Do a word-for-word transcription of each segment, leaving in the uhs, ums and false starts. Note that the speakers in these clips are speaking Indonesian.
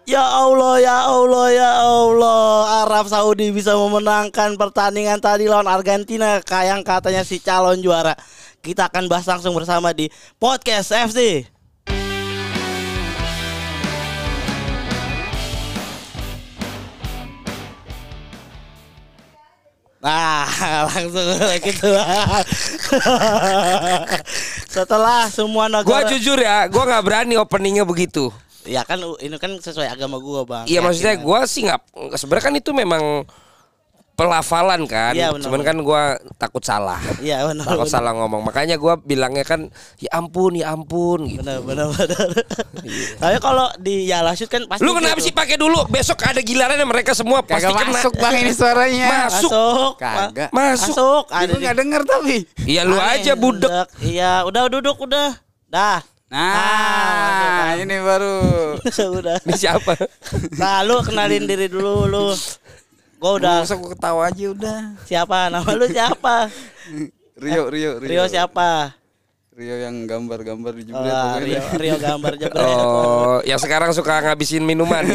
Ya Allah, ya Allah, ya Allah. Arab Saudi bisa memenangkan pertandingan tadi lawan Argentina, kayak yang katanya si calon juara. Kita akan bahas langsung bersama di Podcast F C. Nah, langsung gitu. Setelah semua negara. Gua jujur ya, gua nggak berani openingnya begitu. Ya kan ini kan sesuai agama gua, Bang. Iya, maksudnya gua sih nggak. Sebenarnya kan itu memang pelafalan kan. Ya, bener, cuman bener. kan gua takut salah. Iya, benar. Takut bener. salah ngomong. Makanya gua bilangnya kan ya ampun, ya ampun gitu. Benar, benar, benar. Tapi kalau di Yalasut kan pasti. Lu kenapa gitu. sih pakai dulu? Besok ada gilarannya mereka semua pasti Kagak kena. masuk Bang ini suaranya. Masuk. Masuk. Kagak. Masuk. Masuk. Ada nggak denger tapi. Iya lu Aneh, aja budek. Iya, udah duduk udah. Dah. Nah, ini baru. Udah. Ini siapa? Nah, lu kenalin diri dulu lu. Gua udah. Masa gua ketawa aja udah. Siapa? Nama lu siapa? Rio, Rio, Rio. Rio siapa? Rio yang gambar-gambar di Oh, jebret Rio, pokoknya. Rio gambar jebret. Oh, yang sekarang suka ngabisin minuman.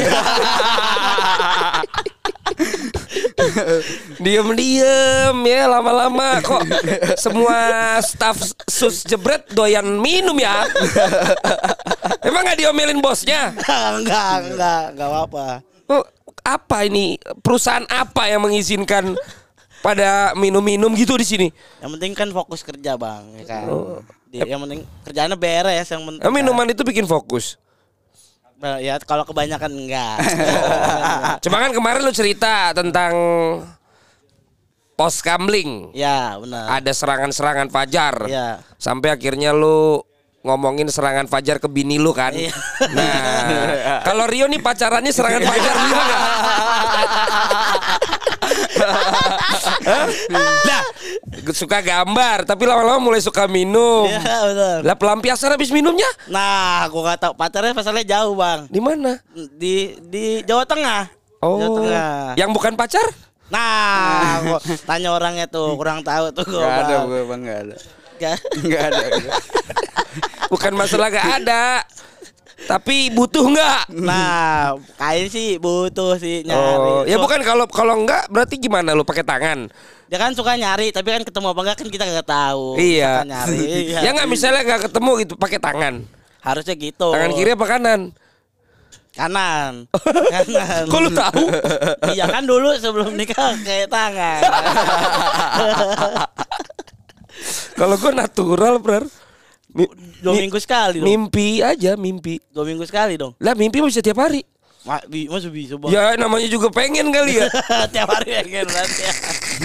Diem-diem ya, lama-lama kok semua staff sus jebret doyan minum ya. Emang gak diomelin bosnya? Enggak, enggak, enggak apa-apa. Oh, apa ini perusahaan apa yang mengizinkan pada minum-minum gitu di sini? Yang penting kan fokus kerja, Bang, ya kan. Di, yang penting kerjaannya beres yang penting. Eh, minuman itu bikin fokus. Nah, ya kalau kebanyakan enggak. Cuma kan kemarin lu cerita tentang pos kamling. Ya, benar. Ada serangan-serangan fajar. Iya. Sampai akhirnya lu ngomongin serangan fajar ke bini lu kan. Iya. Nah, kalau Rio nih pacarannya serangan fajar juga enggak? Lah, suka gambar tapi lama-lama mulai suka minum. Iya, benar. Lah pelampiasan habis minumnya Nah, gua enggak tahu pacarnya pasalnya jauh, Bang. di mana? Di di Jawa Tengah. Oh, Jawa Tengah. yang bukan pacar? Nah, gua tanya orangnya tuh, kurang tahu tuh gua. Enggak ada Bang. gua Bang, enggak ada. Nggak. Enggak ada. Bukan masalah gak ada, tapi butuh nggak? Nah, kayaknya sih butuh sih nyari. Oh, ya So- bukan kalau kalau enggak berarti gimana lu pakai tangan? Dia kan suka nyari, tapi kan ketemu apa enggak kan kita nggak tahu. Iya. Suka nyari. Iya. Ya nggak misalnya nggak ketemu gitu pakai tangan. Harusnya gitu. Tangan kiri apa kanan? Kanan. Kanan. Kok lu tahu? Iya kan dulu sebelum nikah kayak tangan. Kalau gue natural, bro. Mi- Dua mi- minggu sekali dong. Mimpi aja, mimpi. Dua minggu sekali dong. Lah mimpi bisa tiap hari. Ma, bi, masih bisa, Bang. Ya namanya juga pengen kali ya. Tiap hari pengen berarti ya.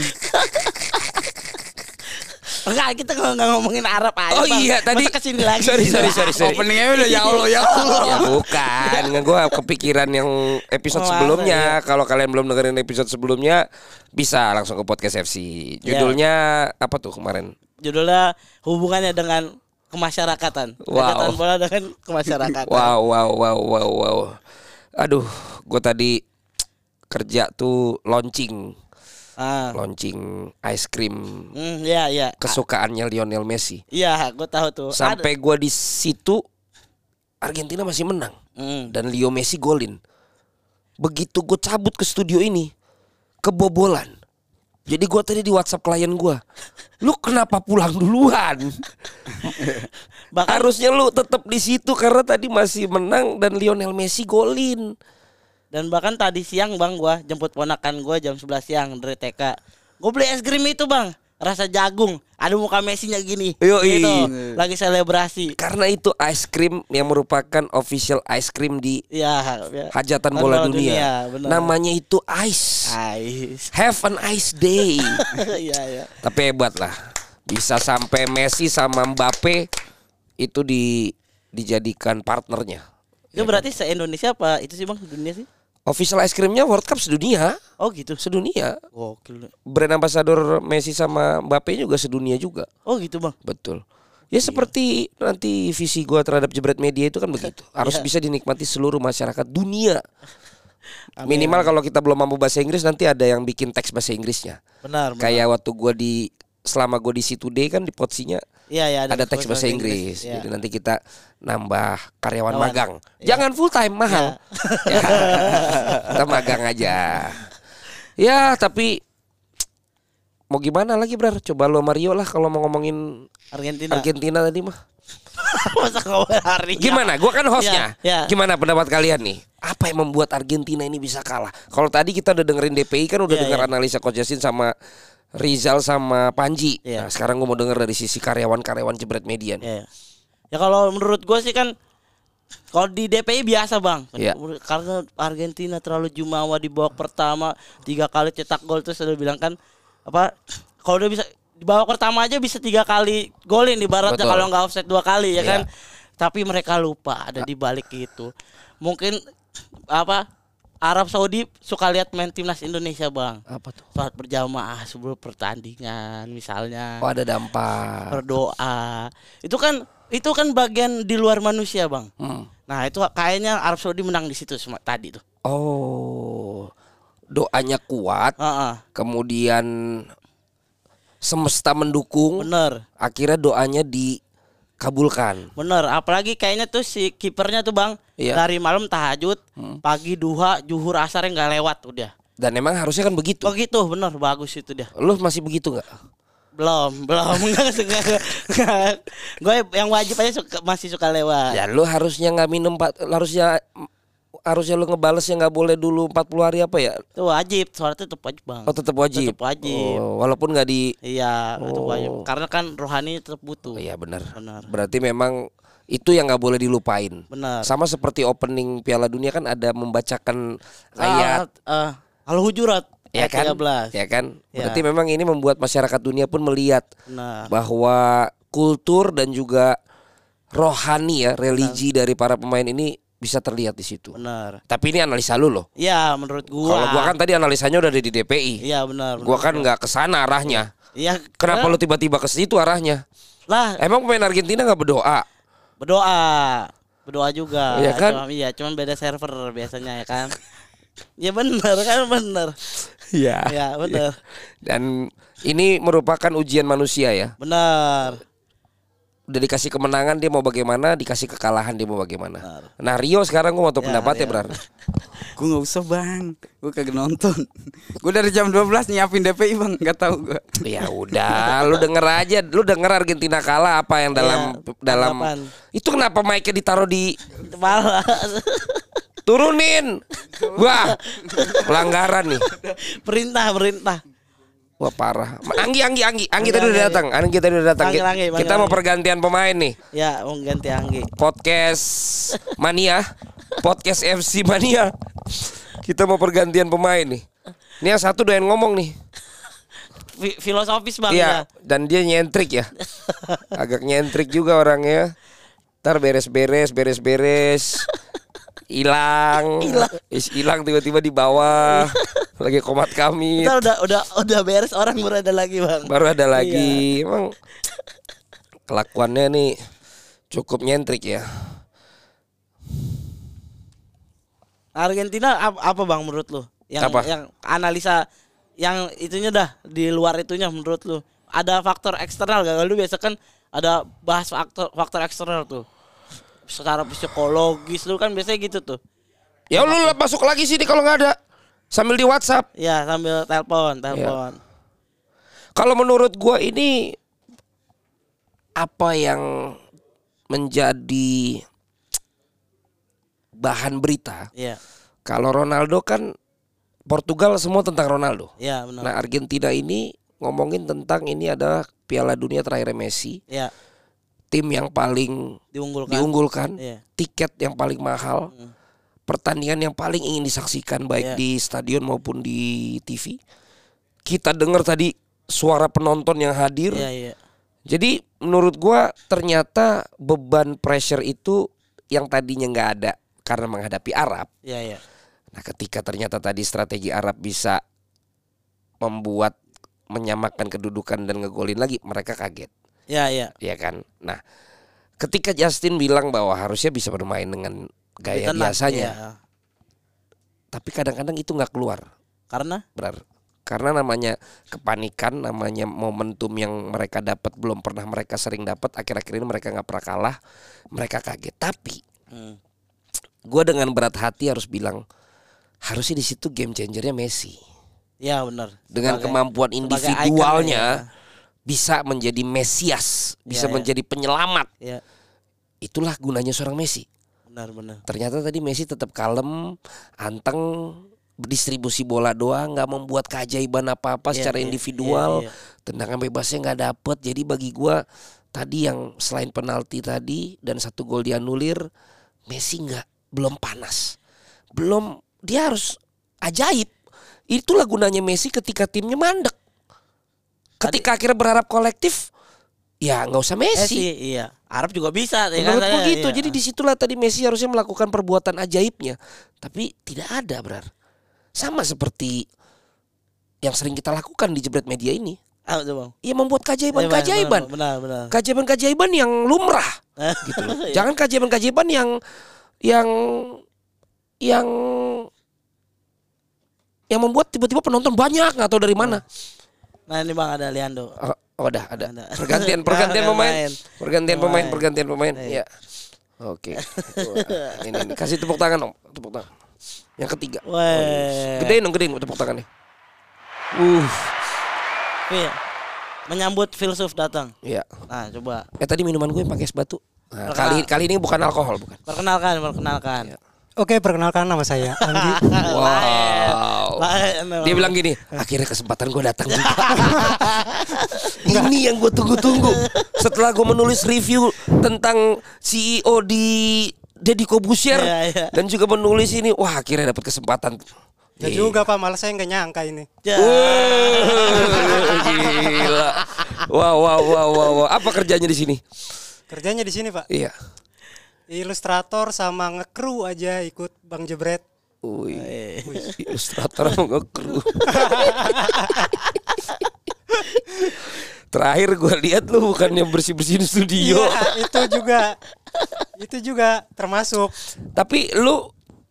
Enggak, kita nggak nggak ngomongin Arab aja. Oh Bang. iya, tadi- Masa kesini lagi. Sorry, sorry, sorry, sorry. Openingnya udah ya Allah ya Allah. Ya bukan, gue kepikiran yang episode Oh, sebelumnya. iya. Kalau kalian belum dengerin episode sebelumnya, bisa langsung ke Podcast F C. Judulnya apa tuh kemarin? Judulnya hubungannya dengan kemasyarakatan. Wow. Hajatan bola dengan kemasyarakatan. Wow, wow, wow, wow, wow. Aduh, gue tadi kerja tuh launching, Ah. launching ice cream Hmm, iya, iya. kesukaannya Lionel Messi. Iya, gue tahu tuh. Sampai gue di situ Argentina masih menang Hmm. dan Leo Messi golin. Begitu gue cabut ke studio ini, kebobolan. Jadi gue tadi di WhatsApp klien gue, lu kenapa pulang duluan? Bahkan Harusnya lu tetap di situ karena tadi masih menang dan Lionel Messi golin. dan bahkan tadi siang, Bang, gua jemput ponakan gua jam sebelas siang dari T K. Gua beli es krim itu, Bang. Rasa jagung. Ada muka Messi-nya gini. Yoi. Gitu. Lagi selebrasi. Karena itu ice cream yang merupakan official ice cream di Ya, ya. hajatan bola dunia. benar. Namanya itu ice. Ais. Have an ice day. Iya, iya. Tapi hebat lah. Bisa sampai Messi sama Mbappe itu di dijadikan partnernya. Itu berarti se-Indonesia apa itu sih, Bang? Dunia sih? Official ice creamnya World Cup sedunia. Oh, gitu. Sedunia. Gokil. Brand ambassador Messi sama Mbappe juga sedunia juga. Oh, gitu, Bang. Betul. Ya seperti nanti visi gua terhadap Jebret Media itu kan begitu. Harus Iya. bisa dinikmati seluruh masyarakat dunia. Amin. Minimal kalau kita belum mampu bahasa Inggris nanti ada yang bikin teks bahasa Inggrisnya. Benar, benar. Kayak waktu gua di selama gua di C two Day kan di Potsinya Iya, iya, ada, ada teks bahasa Inggris. Inggris. Ya. Jadi nanti kita nambah karyawan Kawan. magang. Ya. Jangan full time mahal. Ya. Kita magang aja. Ya, tapi mau gimana lagi, Brar? Coba lo Mario lah kalau mau ngomongin Argentina. Argentina tadi mah. Masa ngomongin hari. Gimana? Gua kan hostnya. Ya, ya. Gimana pendapat kalian nih? Apa yang membuat Argentina ini bisa kalah? Kalau tadi kita udah dengerin D P I kan udah Ya, dengar ya. analisa Coach Justin sama Rizal sama Panji. Ya. Nah, sekarang gue mau denger dari sisi karyawan-karyawan Jebret Media nih. Ya, ya. Ya kalau menurut gue sih kan kalau di D P I biasa bang, Ya. karena Argentina terlalu jumawa di babak pertama tiga kali cetak gol terus udah bilang kan apa kalau udah bisa di babak pertama aja bisa tiga kali golin ibaratnya Betul. kalau nggak offset dua kali ya Ya. kan, tapi mereka lupa ada di balik itu. Mungkin apa Arab Saudi suka lihat main timnas Indonesia bang, Apa tuh? saat berjamaah sebelum pertandingan misalnya. Oh, ada dampak. Berdoa itu kan itu kan bagian di luar manusia bang. Hmm. Nah itu kayaknya Arab Saudi menang di situ sema- tadi tuh. Oh, doanya kuat, Heeh, kemudian semesta mendukung, bener akhirnya doanya dikabulkan. bener. Apalagi kayaknya tuh si kipernya tuh bang Iya. dari malam tahajud, pagi duha, zuhur asar nggak lewat udah. Dan emang harusnya kan begitu. Begitu bener bagus itu dia. Lu masih begitu nggak? Belum belum nggak suka. Gue yang wajib aja suka, masih suka lewat. Ya lu harusnya nggak minum empat, harusnya harusnya lu ngebales yang nggak boleh dulu empat puluh hari apa ya? Itu wajib, soalnya tetap wajib bang. Oh, tetap wajib. Tetap wajib. Oh, walaupun nggak di. Iya, tetap Oh. wajib. Karena kan rohani tetap Oh, butuh. iya benar. Benar. Berarti memang itu yang nggak boleh dilupain. Benar. Sama seperti opening Piala Dunia kan ada membacakan ayat, uh, Al-Hujurat ya ayat kan? tiga belas. Ya kan? Ya. Berarti memang ini membuat masyarakat dunia pun melihat Nah, bahwa kultur dan juga rohani ya, religi dari para pemain ini bisa terlihat di situ. benar. Tapi ini analisa lu loh. Iya, menurut gua. Kalau gua kan tadi analisanya udah ada di D P I. Iya, benar. Gua kan nggak ke sana arahnya. Iya, Kenapa karena- lu tiba-tiba ke situ arahnya? Lah, Emang pemain Argentina nggak berdoa? berdoa. Berdoa juga. Iya kan? Cuma, iya, cuman beda server biasanya ya kan. Ya benar kan benar. Iya. Ya, benar. Dan ini merupakan ujian manusia ya. Benar. Udah dikasih kemenangan dia mau bagaimana, dikasih kekalahan dia mau bagaimana. Benar. Nah Rio sekarang gua mau tahu Ya, pendapat ya Rio. Brar. Gue nggak usah bang, gue kagak nonton. Gue dari jam dua belas nyiapin D P I bang, nggak tahu gue. Ya udah, lu denger aja, lu denger Argentina kalah apa yang dalam Iya, dalam tanggapan. itu kenapa mic-nya ditaruh di Malah turunin. Wah, pelanggaran nih. perintah, perintah. Wah parah. Anggi, Anggi, Anggi, Anggi Anggi, tadi udah Anggi, datang. Anggi tadi udah datang. Panggil Anggi, Kita panggil mau Anggi. pergantian pemain nih. Ya, mau ganti Anggi. Podcast Mania, podcast F C Mania. Kita mau pergantian pemain nih. Ini yang satu doyan ngomong nih. Fi- filosofis bang. Iya, ya. dan dia nyentrik ya. Agak nyentrik juga orangnya. Ntar beres-beres, beres-beres. Hilang. Is hilang tiba-tiba di bawah. Lagi komat kami. Kita udah udah udah beres orang baru ada lagi bang. Baru ada Iya. lagi. Emang kelakuannya nih cukup nyentrik ya. Argentina ap- apa bang menurut lu? Yang Apa? yang analisa yang itunya dah di luar itunya menurut lu ada faktor eksternal gak? Lu biasa kan ada bahas faktor faktor eksternal tuh. Secara psikologis lu kan biasanya gitu tuh. Ya lu masuk lagi sini kalau nggak ada. Sambil di WhatsApp. Ya sambil telepon, telepon. Kalau menurut gua ini apa yang menjadi bahan berita? Iya. Kalau Ronaldo kan Portugal semua tentang Ronaldo. Iya, benar. Nah, Argentina ini ngomongin tentang ini adalah Piala Dunia terakhir Messi, Iya, tim yang paling diunggulkan. diunggulkan, Iya. tiket yang paling mahal, pertandingan yang paling ingin disaksikan baik Iya. di stadion maupun di T V. Kita dengar tadi suara penonton yang hadir. Iya, iya. Jadi menurut gua ternyata beban pressure itu yang tadinya nggak ada karena menghadapi Arab. Iya, iya. Nah, ketika ternyata tadi strategi Arab bisa membuat menyamakan kedudukan dan ngegolin lagi, mereka kaget. Iya, iya. Ya kan? Nah, ketika Justin bilang bahwa harusnya bisa bermain dengan gaya Tenang, biasanya, iya. tapi kadang-kadang itu nggak keluar, Karena Brar. Karena namanya kepanikan, namanya momentum yang mereka dapat belum pernah mereka sering dapat. Akhir-akhir ini mereka nggak pernah kalah, mereka kaget. Tapi hmm. gue dengan berat hati harus bilang, harusnya di situ game changernya Messi. Ya benar. Dengan sebagai, kemampuan individualnya ya. Bisa menjadi Mesias, bisa ya, ya. menjadi penyelamat. Ya. Itulah gunanya seorang Messi. Benar-benar. Ternyata tadi Messi tetap kalem, anteng. Distribusi bola doang, nggak membuat keajaiban apa-apa yeah, secara yeah, individual, yeah, yeah. tendangan bebasnya nggak dapet. Jadi bagi gue tadi yang selain penalti tadi dan satu gol dianulir, Messi nggak belum panas, belum dia harus ajaib. Itulah gunanya Messi ketika timnya mandek. Ketika tadi, akhirnya berharap kolektif, ya nggak usah Messi. Messi. Iya, Arab juga bisa. Menurutku ya, gitu. Iya. Jadi disitulah tadi Messi harusnya melakukan perbuatan ajaibnya, tapi tidak ada benar. Sama seperti yang sering kita lakukan di Jebret Media ini. Ah, bang. Iya, membuat keajaiban-keajaiban. Benar, benar. Keajaiban-keajaiban yang lumrah. Gitu loh. Jangan keajaiban-keajaiban yang yang yang yang membuat tiba-tiba penonton banyak nggak tahu dari mana. Nah, ini Bang ada Leandro. Oh, oh ada, ada. ada. Pergantian pergantian pemain. Pergantian pemain, pergantian pemain. Iya. Oke. Ini, ini kasih tepuk tangan, Om. Tepuk tangan. Yang ketiga. Weh. Gedein dong, gedein tepuk tangannya. Uh. Iya. Menyambut filsuf datang. Iya. Nah, coba. Eh tadi minuman gue pakai es batu. Nah, kali kali ini bukan alkohol, bukan. Perkenalkan, perkenalkan. Ya. Oke, perkenalkan nama saya Andi. Wow. Dia bilang gini, akhirnya kesempatan gue datang juga. Ini yang gue tunggu-tunggu. Setelah gue menulis review tentang C E O di Deddy Corbuzier ya, ya. Dan juga menulis ini, wah akhirnya dapat kesempatan. Ya yeah. juga Pak, malah saya nggak nyangka ini. Ya. Gila. Wow, wow, wow, wow, wow. Apa kerjanya di sini? Kerjanya di sini Pak. Iya. Ilustrator sama ngekru aja ikut Bang Jebret. Wih. Ilustrator sama ngekru. Terakhir gue lihat lu bukannya bersih-bersihin studio. Iya, itu juga. Itu juga termasuk. Tapi lu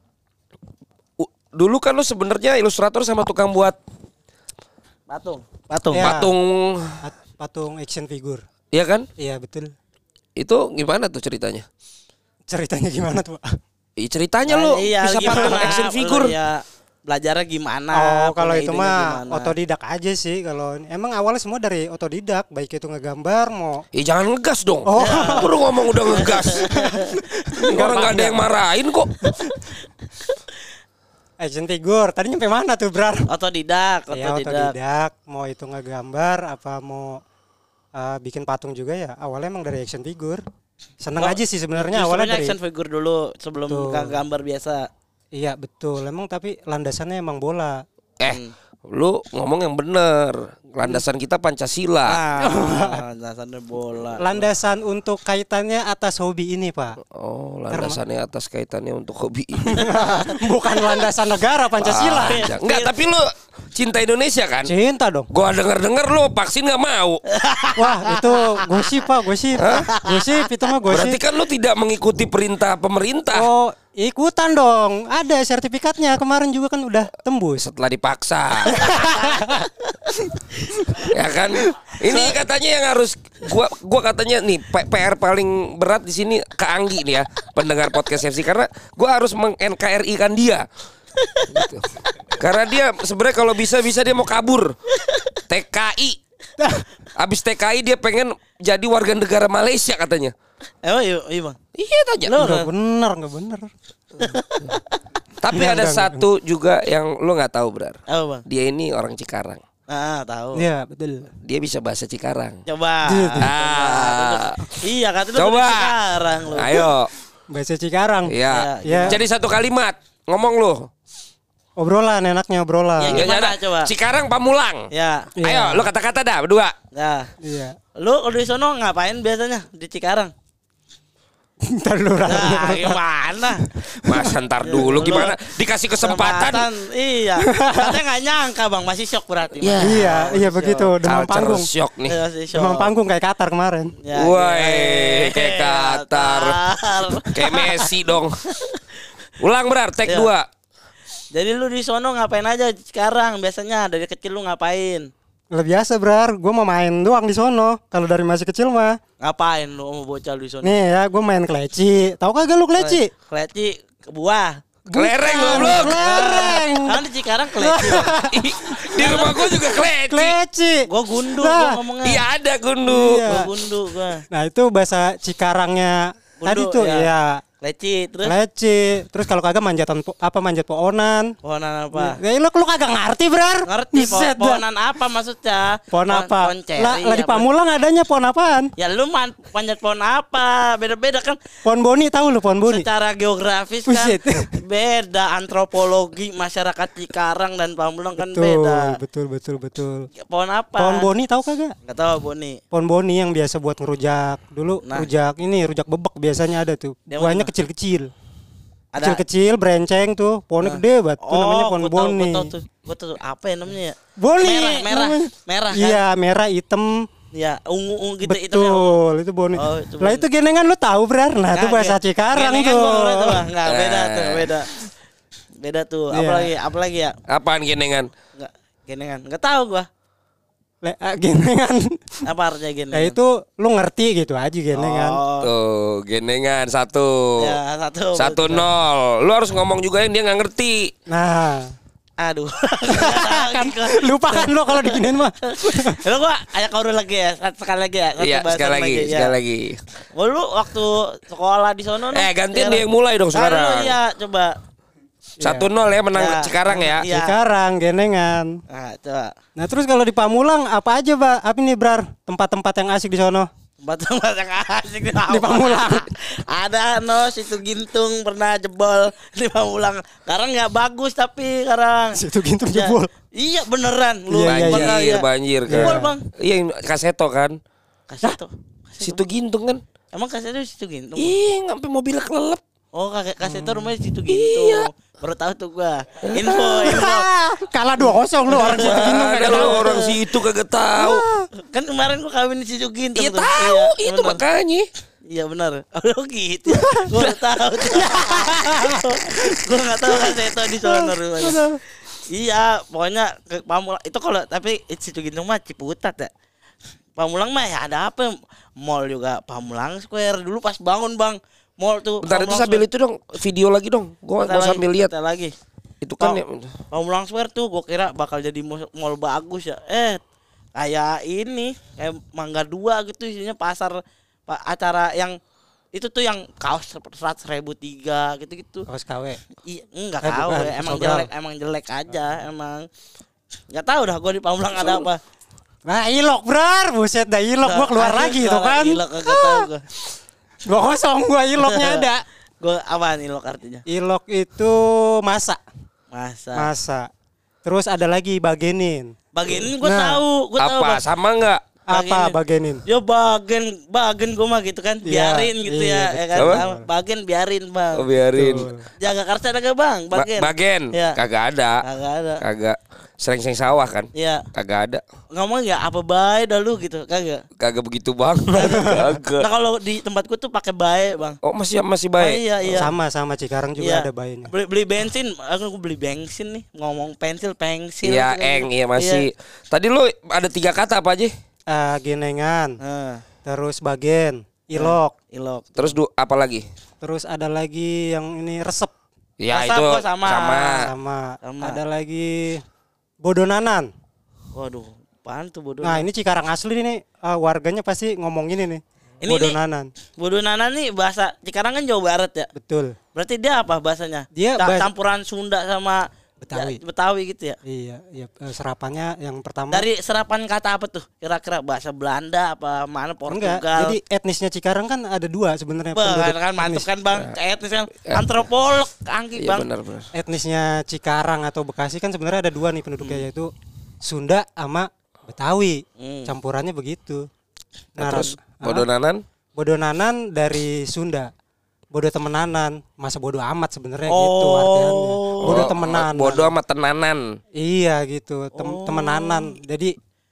dulu kan lu sebenarnya ilustrator sama tukang buat patung. Patung. Ya, patung patung action figure. Iya kan? Iya, betul. Itu gimana tuh ceritanya? Ceritanya gimana tuh, Pak? Iya, ceritanya nah, lu iya, bisa patung action figure. Ya, belajarnya gimana? Oh, kalau itu mah gimana? Otodidak aja sih. Kalau emang awalnya semua dari otodidak, baik itu ngegambar mau. Ih, jangan ngegas dong. Oh, baru ngomong udah ngegas. Orang nggak ada yang marahin kok. Action figure. Tadi nyampe mana tuh, Brar? Otodidak, otodidak. Ya, otodidak. Mau itu ngegambar apa mau uh, bikin patung juga ya. Awalnya emang dari action figure. Seneng oh, aja sih sebenarnya awalnya dari action figure dulu sebelum gambar biasa. Iya betul, emang tapi landasannya emang bola. Eh, hmm. lu ngomong yang bener. Landasan kita Pancasila. Ah, landasannya bola. Landasan untuk kaitannya atas hobi ini, Pak. Oh, landasannya Karena... atas kaitannya untuk hobi ini. Bukan landasan negara Pancasila. Ah, enggak, tapi lu cinta Indonesia kan? Cinta dong. Gua denger-denger lu vaksin nggak mau. Wah, itu gosip, Pak, gosip. Gosip itu mah gosip. Berarti kan lu tidak mengikuti perintah pemerintah. Oh, ikutan dong. Ada sertifikatnya. Kemarin juga kan udah tembus. Setelah dipaksa. Ya kan, ini katanya yang harus gua gua katanya nih P R paling berat di sini ke Anggi nih ya, pendengar podcast F C, karena gua harus meng-N K R I kan dia. Gitu. Karena dia sebenarnya kalau bisa bisa dia mau kabur T K I. Abis T K I dia pengen jadi warga negara Malaysia katanya. Oh iya, iya Bang. Iya tanya. Enggak bener, enggak bener. Tapi ya, ada enggak, satu enggak. juga yang lo nggak tahu, Brar. Oh, Bang. Dia ini orang Cikarang. Ah, tahu. Iya, betul. Dia bisa bahasa Cikarang. Coba. Ah. Iya, kata lu Coba. Cikarang lu. Ayo. Bahasa Cikarang. Iya. Ya. Jadi satu kalimat, ngomong lu. Obrolan, enaknya obrolan. Ya, gimana, ya, coba. Cikarang Pamulang. Ya. Ayo, lu kata-kata dah berdua. Ya. Iya. Lu kalau di sono ngapain biasanya di Cikarang? Ntar dulu nah, gimana? Mas ntar dulu gimana? Dikasih kesempatan. kesempatan iya. Katanya nggak nyangka Bang, masih shock berarti. Ya. Iya, iya begitu. Demam panggung. Shock nih. Demam panggung kayak Qatar kemarin. Ya, woi, ya, kayak Qatar. Kayak Messi dong. Ulang Brar, take dua. Jadi lu di sono ngapain aja sekarang? Biasanya dari kecil lu ngapain? Lah biasa brar, gue mau main doang di sono. Kalau dari masih kecil mah. Ngapain lu mau bocah lu di sono? Nih ya, gue main kleci. Tahu kagak lu kleci? Kleci buah. Kelereng goblok. Kelereng. Kan di Cikarang kleci. Di rumah gua juga kleci. Kleci. Gua gundu Nah, gua ngomongnya. Iya ada gundu. Iya. Gua gundu gua. Nah itu bahasa Cikarangnya Gundu, tadi tuh ya. ya. Kleci terus Kleci. Terus kalau kagak manjatan po- apa manjat pohonan. pohonan apa? Ya lu lu kagak ngerti brar. Ngerti po Buset dah. pohonan apa maksudnya? Pohon apa? Pohon ceri. Lah lah di apa? Pamulang adanya pohon apaan? Ya lu man, panjat pohon apa? Beda-beda kan Pohon boni tahu lu pohon boni? secara geografis kan Buset. beda. Antropologi masyarakat Cikarang dan Pamulang kan Betul, beda. betul, betul, betul. Pohon apa? Pohon boni tahu kagak? Enggak tahu Boni. Pohon boni yang biasa buat ngerujak. Dulu Nah. rujak ini, rujak bebek biasanya ada tuh. Dia Buahnya mana? kecil-kecil. Ada. Kecil-kecil, berenceng tuh. Pohonnya gede banget. Tuh namanya pohon gua tahu, boni. Gua tahu tuh. Gua tahu tuh. Apa ya namanya ya? Boni. Merah, merah, namanya. merah kan? Iya, merah, hitam. Ya, ungu-ungu gitu itu ya. Betul, itu boni. Oh, itu Lah boni. itu genengan lu tahu, Brar? Nah, itu bahasa Cikarang Genengan tuh. gua ngerti tuh, Bang. Enggak, beda Eh. tuh, beda. Beda tuh. Iya. Apalagi, apalagi ya? Apaan genengan? Enggak, genengan. Enggak tahu gua. Le, ah, genengan. Apa artinya genengan? Nah, itu lu ngerti gitu aja genengan. Oh. Tuh, genengan satu. Ya, satu. Satu betul. nol. Lu harus ngomong juga yang dia nggak ngerti. Nah, Aduh. kan lupa kan lo kalau diginiin mah. Lu gua ajak kau dulu lagi ya, satu sekali lagi ya. Satu Iya, bahasan sekali lagi, ya. sekali lagi. Oh, lu waktu sekolah di sono Eh, gantian dia yang mulai dong sekarang. Iya, coba. Satu nol ya menang Ya. sekarang ya. Iya. Sekarang genengan. Nah, coba. Nah, terus kalau di Pamulang apa aja, Pak? Apa nih, Brar? Tempat-tempat yang asik di sono? Tempat-tempat yang asik di Di Pamulang. Ada no situ Gintung pernah jebol di Pamulang. Sekarang nggak bagus tapi sekarang. Situ Gintung Ya. jebol. Iya beneran. Lu Iya, iya, pernah Banjir, ya? banjir kan. Jebol, Bang. Iya, yang kaseto kan. Kaseto. Situ Gintung kan. Emang kaseto situ Gintung. Ih, sampai mobilnya kelelep. Oh, kakek kaseto rumahnya situ Gintung. Baru tahu tuh gua. Info, info. Kalah dua kosong lu orang situ Gintung Ada kagak lu tahu. orang situ kagak tahu. Kan kemarin gua kawin di situ Gintung. Iya tuh. tahu, Iya, itu bener. makanya. Iya benar. Oh gitu. Gua udah tahu. Gua enggak tahu kaseto di sono rumahnya. Iya, pokoknya ke Pamulang itu kalau tapi situ Gintung mah Ciputat ya. Pamulang mah ya ada apa? Mall juga Pamulang Square dulu pas bangun, Bang. Mall tuh. Bentar itu Pamulang sambil Square. itu dong video lagi dong. Gua Bentar gua lagi, sambil lihat. bentar lagi. Itu kan Pam- ya. Pamulang Square tuh gua kira bakal jadi mall mall bagus ya. Eh, kayak ini, kayak Mangga Dua gitu isinya pasar pa- acara yang itu tuh yang kaos seratus ribu tiga gitu-gitu. Kaos K W. Iya, enggak Eh, tahu bukan, ya. Emang Sobral. jelek, emang jelek aja, emang. Enggak tahu dah gua di Pamulang ada apa. Nah, ilok, Brar. Buset dah ilok gua keluar Aduh, lagi itu keluar kan. Ilok kagak tahu gua. Dua kosong gua iloknya ada. Gua apaan ilok artinya? Ilok itu masa, Masa. masa. Terus ada lagi bagenin. Bagian ini gua Nah, tahu, gua tahu. Apa Bang. sama enggak? Apa Bagenin. bagenin? Yo bagian bagian gue mah gitu kan Iya, biarin gitu ya, iya, ya kan. Apa? Sama bagian biarin bang. Oh, biarin. Betul. Jaga karsa ada gak bang? Ba- Bagian. Bagen. Iya. Kagak ada. Kagak ada. Kagak. Sering-sering sawah kan? Iya. Kagak ada. Ngomong ya apa baik dah lu gitu kagak. Kagak begitu banget. Kagak. Nah kalau di tempatku tuh pakai baik bang. Oh, masih masih Oh, baik. iya iya. Sama sama Cikarang juga Iya. ada bayinya. Beli, beli bensin, aku beli bensin nih. Ngomong pensil, pensil. Iya, gitu kan. eng, iya masih. Tadi lu ada tiga kata apa aja? Ah, genengan, Nah, terus bagen, ilok, ilok. Terus du, apa lagi? terus ada lagi yang ini resep Ya Resep itu gua sama. sama. sama, sama. ada lagi bodonanan. Waduh, apaan tuh bodoh? Nah, ini Cikarang asli nih, ah, warganya pasti ngomong ini nih. Ini Bodonanan. bodoh Nana nih bahasa Cikarang kan Jawa Barat ya. Betul. Berarti dia apa bahasanya? Dia Ca- bahas- campuran Sunda sama Betawi. ya, Betawi gitu ya. Iya, iya, eh, serapannya yang pertama Dari serapan kata apa tuh? Kira-kira bahasa Belanda apa mana enggak. Portugal? Jadi etnisnya Cikarang kan ada dua sebenarnya. Bang, penduduk kan mantep etnis. kan Bang. Etnis kan antropolog angki Iya Bang. benar-benar. Etnisnya Cikarang atau Bekasi kan sebenarnya ada dua nih penduduknya, yaitu Sunda sama Betawi. Hmm. Campurannya begitu. Nah, terus ah, bodonanan? bodonanan dari Sunda. Bodoh temenanan, masa bodoh amat sebenarnya Oh. gitu artiannya. Bodoh Oh, temenanan. Bodoh sama tenanan. Iya gitu, tem Oh. temenanan. Jadi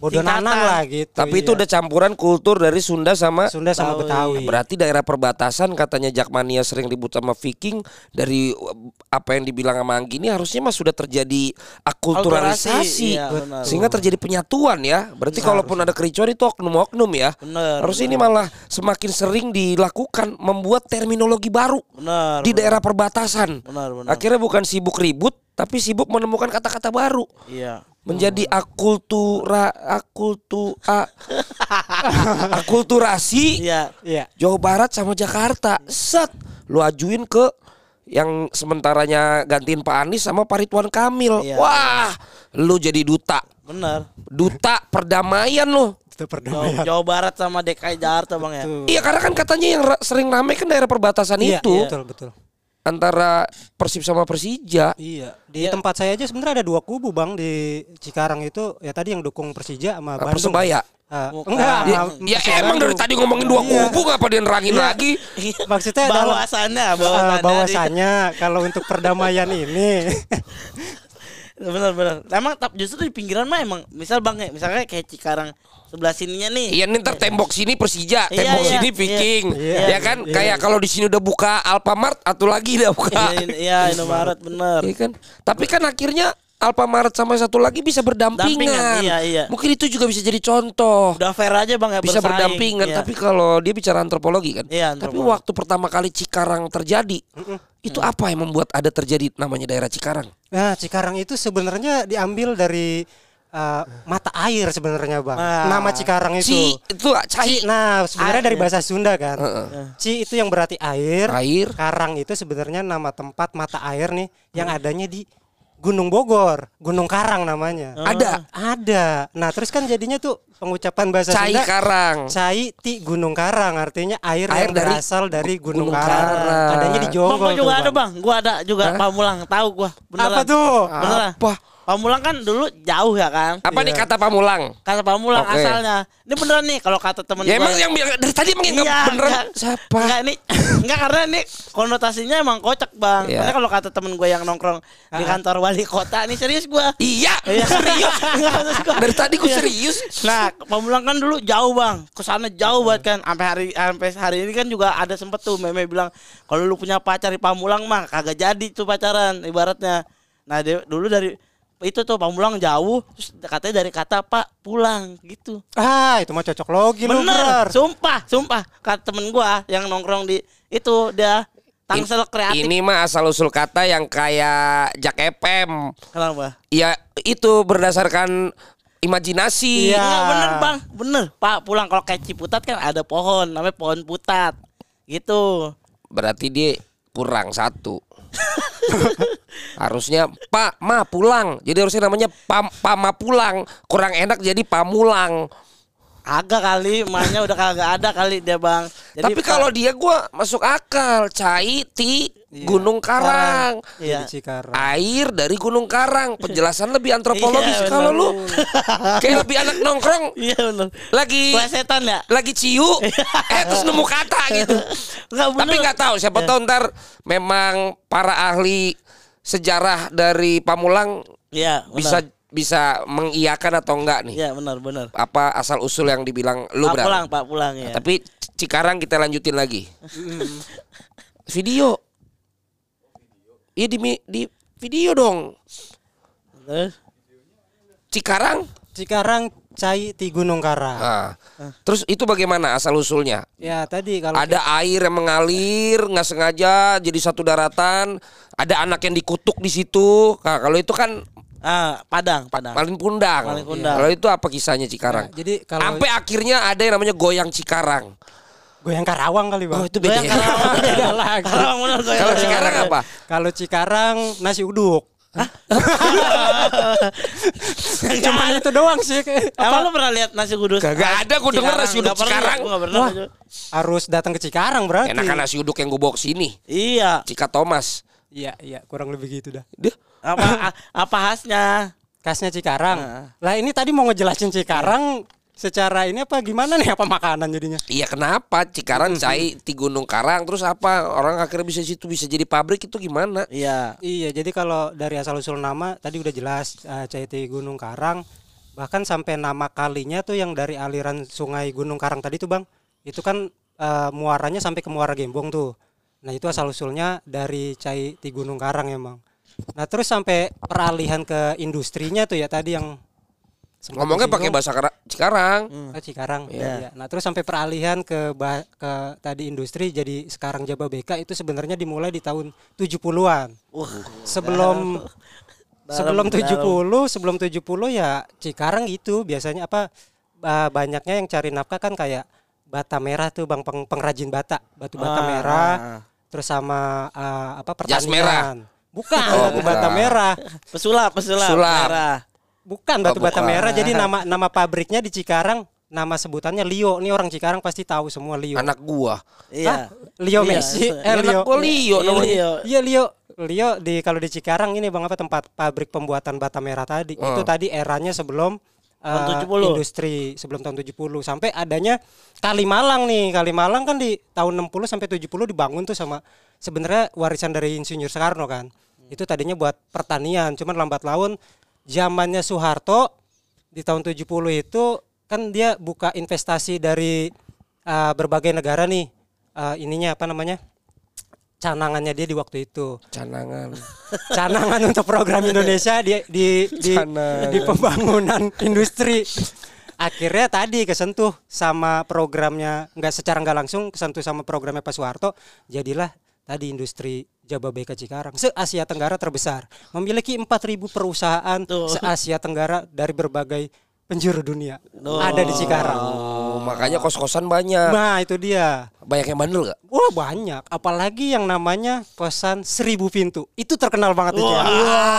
Bodo Singkatan. Nanang lah gitu. Tapi itu iya. udah campuran kultur dari Sunda sama Sunda sama Betawi. Betawi. berarti daerah perbatasan katanya Jakmania sering ribut sama Viking. Dari uh, apa yang dibilang sama Anggi ini harusnya mah sudah terjadi akulturalisasi, Iya, benar. sehingga terjadi penyatuan ya. Berarti kalaupun ada kericuan itu oknum-oknum ya. Benar. Harusnya ini malah semakin sering dilakukan, membuat terminologi baru Benar. di daerah perbatasan. Benar, benar. Akhirnya bukan sibuk ribut, tapi sibuk menemukan kata-kata baru. Iya. Menjadi akultura akultu a, akulturasi Iya. Iya. Jawa Barat sama Jakarta. Set lu ajuin ke yang sementaranya gantiin Pak Anies sama Pak Ridwan Kamil. Iya. Wah, lu jadi duta. Benar. Duta perdamaian lu. Itu Jawa, perdamaian. Jawa Barat sama D K I Jakarta Bang ya. Tuh. Iya, karena kan katanya yang ra- sering rame kan daerah perbatasan Iya, itu betul betul. antara Persib sama Persija. Iya, di tempat saya aja sebenarnya ada dua kubu Bang di Cikarang itu. Ya tadi yang dukung Persija sama Ah, Bandung. Persebaya. Ah, Bukan. enggak, Ya, sama ya Persib emang dari Bandung. tadi ngomongin dua Iya. kubu ngapa dia nerangin Iya. lagi? Maksudnya dalam Bahwasannya, ah, bahwasannya. bahwasannya kalau untuk perdamaian ini Benar-benar. Emang tap justru di pinggiran mah emang misal Bang ya, misalnya kayak Cikarang sebelah sininya nih. Iya, nih ntar tembok sini Persija, Iya, tembok iya, sini iya. Viking. Iya, Ya kan? iya. Kayak kalau di sini udah buka Alfamart, atau lagi udah buka. Iya, in- Iya, Indomaret bener. Iya kan? Tapi kan akhirnya Alfamart sama satu lagi bisa berdampingan. Dampingan, iya, iya. Mungkin itu juga bisa jadi contoh. Udah fair aja Bang ya Bisa bersaing. berdampingan. Iya. Tapi kalau dia bicara antropologi kan. Iya, Tapi antropologi. waktu pertama kali Cikarang terjadi, itu apa yang membuat ada terjadi namanya daerah Cikarang? Nah, Cikarang itu sebenarnya diambil dari uh, mata air sebenarnya, Bang. Ah. Nama Cikarang itu. Ci itu cai. Ci, nah, sebenarnya Air, dari ya. bahasa Sunda kan. Heeh. Ci itu yang berarti air. Air. Karang itu sebenarnya nama tempat mata air nih yang adanya di Gunung Bogor, Gunung Karang namanya. Ada. Ada. Nah, terus kan jadinya tuh pengucapan bahasa Cai Sunda Karang. Cai ti Gunung Karang artinya air, Air yang dari berasal dari Gunung, Gunung Karang. Karang. Adanya di Bang, Jonggol gua juga tuh, ada Bang. Gua ada juga Hah? Pamulang, tahu gua. Beneran. Apa tuh? Beneran. Apa? Pamulang kan dulu jauh ya kan? Apa nih Iya. kata Pamulang? Kata Pamulang Oke. asalnya. Ini beneran nih kalau kata temen Ya gua. emang yang bilang dari tadi emang yang nggak Iya, beneran enggak. siapa? Enggak ini enggak karena ini konotasinya emang kocak Bang. Iya. Karena kalau kata temen gue yang nongkrong di kantor wali kota nih serius gua. Iya, Iya. serius. Enggak, maksud gua. Dari tadi gue Iya. serius. Nah, Pamulang kan dulu jauh bang, kesana jauh banget kan. Sampai hari sampai hari ini kan juga ada sempet tuh meme bilang kalau lu punya pacar di Pamulang mah kagak jadi tuh pacaran ibaratnya. Nah dia, dulu dari itu tuh Pamulang jauh, terus katanya dari kata Pak pulang gitu. Ah, itu mah cocok logi lu, Bener, Bro. sumpah, sumpah. Kata temen gua yang nongkrong di itu dia Tangsel kreatif. Ini mah asal usul kata yang kayak Jak F M. Kenapa? Ya itu berdasarkan imajinasi. Iya. Enggak bener bang, bener. Pak pulang kalau kayak Ciputat kan ada pohon, namanya pohon putat. Gitu. Berarti dia kurang satu. Harusnya Pak Ma pulang. Jadi harusnya namanya Pa, pa Ma pulang. Kurang enak jadi Pamulang. Agak kali, emaknya udah kagak ada kali dia bang. Jadi, Tapi kalau dia gua masuk akal. Cai ti Gunung Karang. Iya. Di Cikarang. Air dari Gunung Karang. Penjelasan lebih antropologis. Iya, Kalau benar. lu kayak lebih anak nongkrong Iya bener. lagi Plesetan ya? lagi ciu eh terus nemu kata gitu. Enggak bener. Tapi nggak tahu siapa tahu ntar memang para ahli sejarah dari Pamulang Iya bener. bisa bisa mengiyakan atau enggak nih. Iya benar benar. Apa asal usul yang dibilang lu Pak berarti. pulang, Pak pulang ya. Tapi Cikarang kita lanjutin lagi. Video. Iya di mi- di video dong. Terus? Cikarang. Cikarang Cai ti Gunung Karang. Nah, terus itu bagaimana asal usulnya? Ya, tadi kalau Ada air yang mengalir nggak sengaja jadi satu daratan. Ada anak yang dikutuk di situ. Nah, kalau itu kan Ah, Padang, Padang. paling pundang. Paling pundang. Kalau itu apa kisahnya Cikarang? Ya, jadi kalau Sampai akhirnya ada yang namanya goyang Cikarang. goyang Karawang kali, Bang. Oh itu beda. Goyang ya? Karawang. Beda lagi. Karawang bener goyang. Kalau Cikarang apa? Kalau Cikarang nasi uduk. Cuman itu doang sih. Emang lu pernah lihat nasi uduk? Kagak ada, gua denger nasi uduk Nggak pernah, Cikarang. gua nggak pernah. Wah, harus datang ke Cikarang berarti. Enakan nasi uduk yang gue bawa ke sini. Iya. Cika Thomas. Iya, iya, kurang lebih gitu dah. Dia Apa a- apa khasnya? Khasnya Cikarang. Nah. Lah ini tadi mau ngejelasin Cikarang secara ini apa gimana nih, apa makanan jadinya? iya kenapa Cikarang cai di Gunung Karang terus apa orang akhirnya bisa situ bisa jadi pabrik itu gimana? Iya. Iya, jadi kalau dari asal usul nama tadi udah jelas uh, Cai ti Gunung Karang. Bahkan sampai nama kalinya tuh yang dari aliran Sungai Gunung Karang tadi tuh Bang, itu kan uh, muaranya sampai ke Muara Gembong tuh. Nah itu asal usulnya dari Cai di Gunung Karang emang. Nah terus sampai peralihan ke industrinya tuh ya tadi yang ngomongnya pakai bahasa Kara- Cikarang. Hmm. Cikarang. Yeah. Ya. Nah terus sampai peralihan ke bah- ke tadi industri jadi sekarang Jababeka itu sebenarnya dimulai di tahun tujuh puluhan. Uh, sebelum dalam, sebelum dalam. tujuh puluh sebelum tujuh puluh ya Cikarang gitu biasanya apa uh, banyaknya yang cari nafkah kan kayak bata merah tuh Bang peng- pengrajin bata, batu bata Ah, merah. ah. Terus sama uh, apa Jas merah. pertanian. Bukan Oh, batu bata bukan. merah. Pesulap, pesulap, Sulap. merah. Bukan Oh, batu bata bukan. merah. Jadi nama nama pabriknya di Cikarang, nama sebutannya Lio. Ini orang Cikarang pasti tahu semua Lio. Anak gua. Iya. Lio Iya, Messi. se- Eh, Anak gua Lio Iya, namanya. Lio. Iya Lio. Lio di kalau di Cikarang ini Bang apa tempat pabrik pembuatan bata merah tadi. Oh. Itu tadi eranya sebelum Tahun eh, tujuh puluh. industri sebelum tahun tujuh puluh sampai adanya Kalimalang nih. Kalimalang kan di tahun enam puluh sampai tujuh puluh dibangun tuh sama sebenarnya warisan dari Insinyur Soekarno kan. Itu tadinya buat pertanian, cuman lambat laun zamannya Soeharto di tahun tujuh puluh itu kan dia buka investasi dari uh, berbagai negara nih. Uh, ininya apa namanya? Canangannya dia di waktu itu. Canangan. Canangan untuk program Indonesia di di di, Canangan. di pembangunan industri. Akhirnya tadi kesentuh sama programnya, nggak secara nggak langsung kesentuh sama programnya Pak Soeharto, jadilah tadi industri Jababeka Cikarang se Asia Tenggara terbesar, memiliki empat ribu perusahaan Tuh. se Asia Tenggara dari berbagai penjuru dunia Oh. ada di Cikarang. Oh, makanya kos-kosan banyak. Nah itu dia. Banyak yang bandel gak? Wah banyak, apalagi yang namanya kosan seribu pintu itu terkenal banget di Cikarang.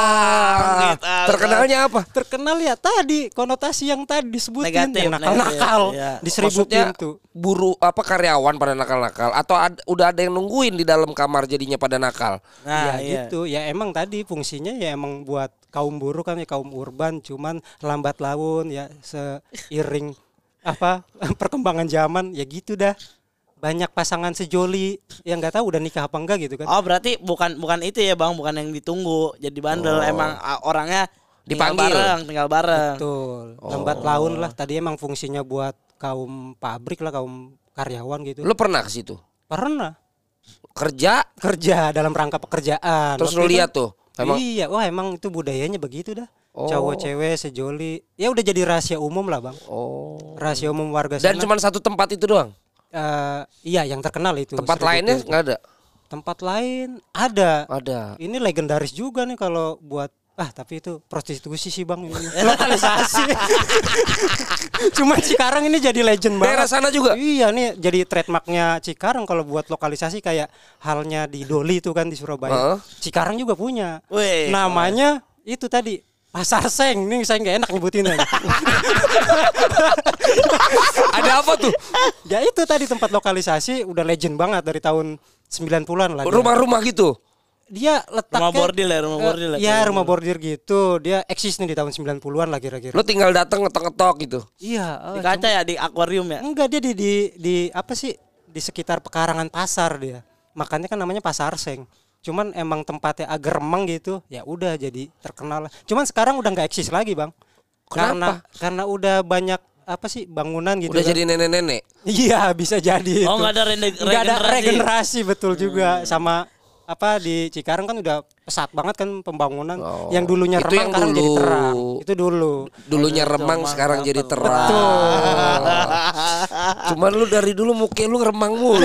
Wah, Gitu. terkenalnya apa? Terkenal ya tadi konotasi yang tadi disebutin Negatif, yang nakal-nakal negatif, iya. di seribu Maksudnya pintu. buru apa karyawan pada nakal-nakal atau ad- udah ada yang nungguin di dalam kamar jadinya pada nakal. Nah, ya iya. gitu ya emang tadi fungsinya ya emang buat kaum buruh kan ya kaum urban cuman lambat laun ya seiring apa perkembangan zaman ya gitu dah banyak pasangan sejoli yang nggak tahu udah nikah apa enggak gitu kan. Oh, berarti bukan bukan itu ya, Bang, bukan yang ditunggu jadi bandel. Oh. Emang ah, orangnya tinggal Dipanggil. bareng, tinggal bareng. Betul. Lambat laun lah tadi emang fungsinya buat kaum pabrik lah kaum karyawan gitu. Lu pernah ke situ? Pernah Kerja kerja dalam rangka pekerjaan. terus Waktu lu itu- lihat tuh. Emang Iya, wah emang itu budayanya begitu dah. Oh. Cowok cewek sejoli. Ya udah jadi rahasia umum lah, Bang. oh. Rahasia umum warga Dan sana. cuma satu tempat itu doang. Eh, iya, yang terkenal itu. Tempat Seribu lainnya Pintu. nggak ada. Tempat lain ada. Ada. Ini legendaris juga nih kalau buat ah tapi itu prostitusi sih Bang ini. Lokalisasi. Cuma Cikarang ini jadi legend Daerah banget. sana juga. Iya nih jadi trademarknya Cikarang kalau buat lokalisasi kayak halnya di Doli itu kan di Surabaya. Heeh. Cikarang juga punya. Wih. Namanya itu tadi Pasar Seng. Nih saya nggak enak nyebutinnya. Ada apa tuh? Ya itu tadi tempat lokalisasi udah legend banget dari tahun sembilan puluhan lah. dia. Rumah-rumah gitu. Dia letaknya Rumah bordil ya, rumah eh, bordil ya. Iya, rumah bordir gitu. Dia eksis nih di tahun sembilan puluhan lah kira-kira. Lu tinggal datang ngetok-ngetok gitu. Iya, Di eh, kaca ya, di akuarium ya. enggak dia di, di di apa sih di sekitar pekarangan pasar dia makanya kan namanya Pasar Seng cuman emang tempatnya agak remang gitu ya udah jadi terkenal lah. Cuman sekarang udah nggak eksis lagi Bang karena karena udah banyak apa sih bangunan gitu Udah kan. jadi nenek-nenek. Iya bisa jadi Oh, itu. nggak ada rene- Nggak ada regenerasi. regenerasi betul juga sama apa di Cikarang kan udah pesat banget kan pembangunan Oh, yang dulunya itu remang yang sekarang jadi dulu. terang itu dulu. Dulunya Ada remang cuma sekarang kapal. jadi terang. Cuman lu dari dulu muka lu remang mulu.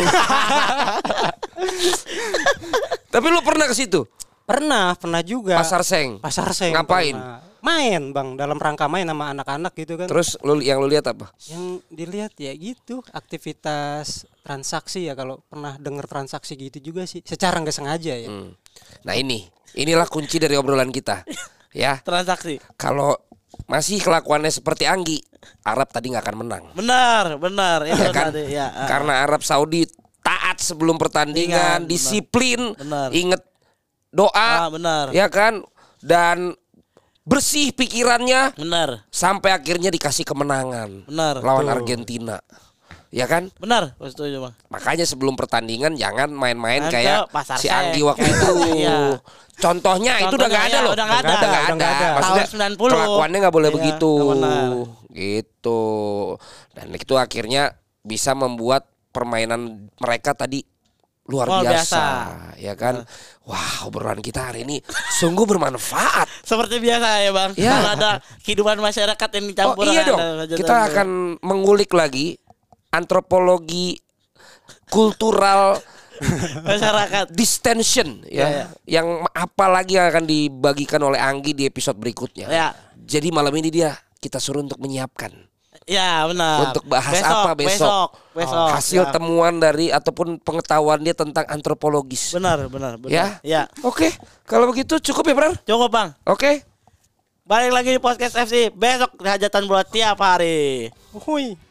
Tapi lu pernah ke situ? Pernah, pernah juga. Pasar Seng. Pasar Seng. Ngapain? pernah. Main, Bang, dalam rangka main sama anak-anak gitu kan. Terus lu yang lu lihat apa? Yang dilihat ya gitu, aktivitas transaksi ya kalau pernah dengar transaksi gitu juga sih. Secara nggak sengaja ya. Hmm. Nah ini, inilah kunci dari obrolan kita. Ya, Transaksi. kalau masih kelakuannya seperti Anggi, Arab tadi nggak akan menang. Benar, benar. Itu Ya kan? tadi ya. ah. Karena Arab Saudi taat sebelum pertandingan, Ingat, disiplin, benar. inget doa, Ah, benar. ya kan, dan bersih pikirannya Benar. sampai akhirnya dikasih kemenangan Benar. lawan Tuh. Argentina. Ya kan? Benar, gua setuju Bang. Makanya sebelum pertandingan jangan main-main Main kayak ke pasar si seng, Anggi waktu kayak itu. iya. Contohnya, itu udah nggak ada Contohnya, loh. udah nggak ada. Udah nggak Udah nggak ada. Maksudnya Tahun sembilan puluh. kelakuannya nggak boleh Iya, begitu. benar. Gitu. Dan itu akhirnya bisa membuat permainan mereka tadi luar Luar biasa, biasa. ya kan? Wah, obrolan kita hari ini sungguh bermanfaat. Seperti biasa ya Bang. Ya. Kalau ada kehidupan masyarakat yang Oh dicampur. iya ada dong. hajatan Kita tuh. akan mengulik lagi antropologi kultural masyarakat. distension ya, Ya, ya. yang apa lagi yang akan dibagikan oleh Anggi di episode berikutnya. Ya. Jadi malam ini dia kita suruh untuk menyiapkan Ya benar. untuk bahas apa besok, Besok, besok. hasil Ya. temuan dari ataupun pengetahuan dia tentang antropologis. Benar, benar, benar. Ya, Ya. Oke, kalau begitu cukup ya, Bro. Cukup Bang. Oke. Balik lagi di podcast F C besok di hajatan bola tiap hari. Hui.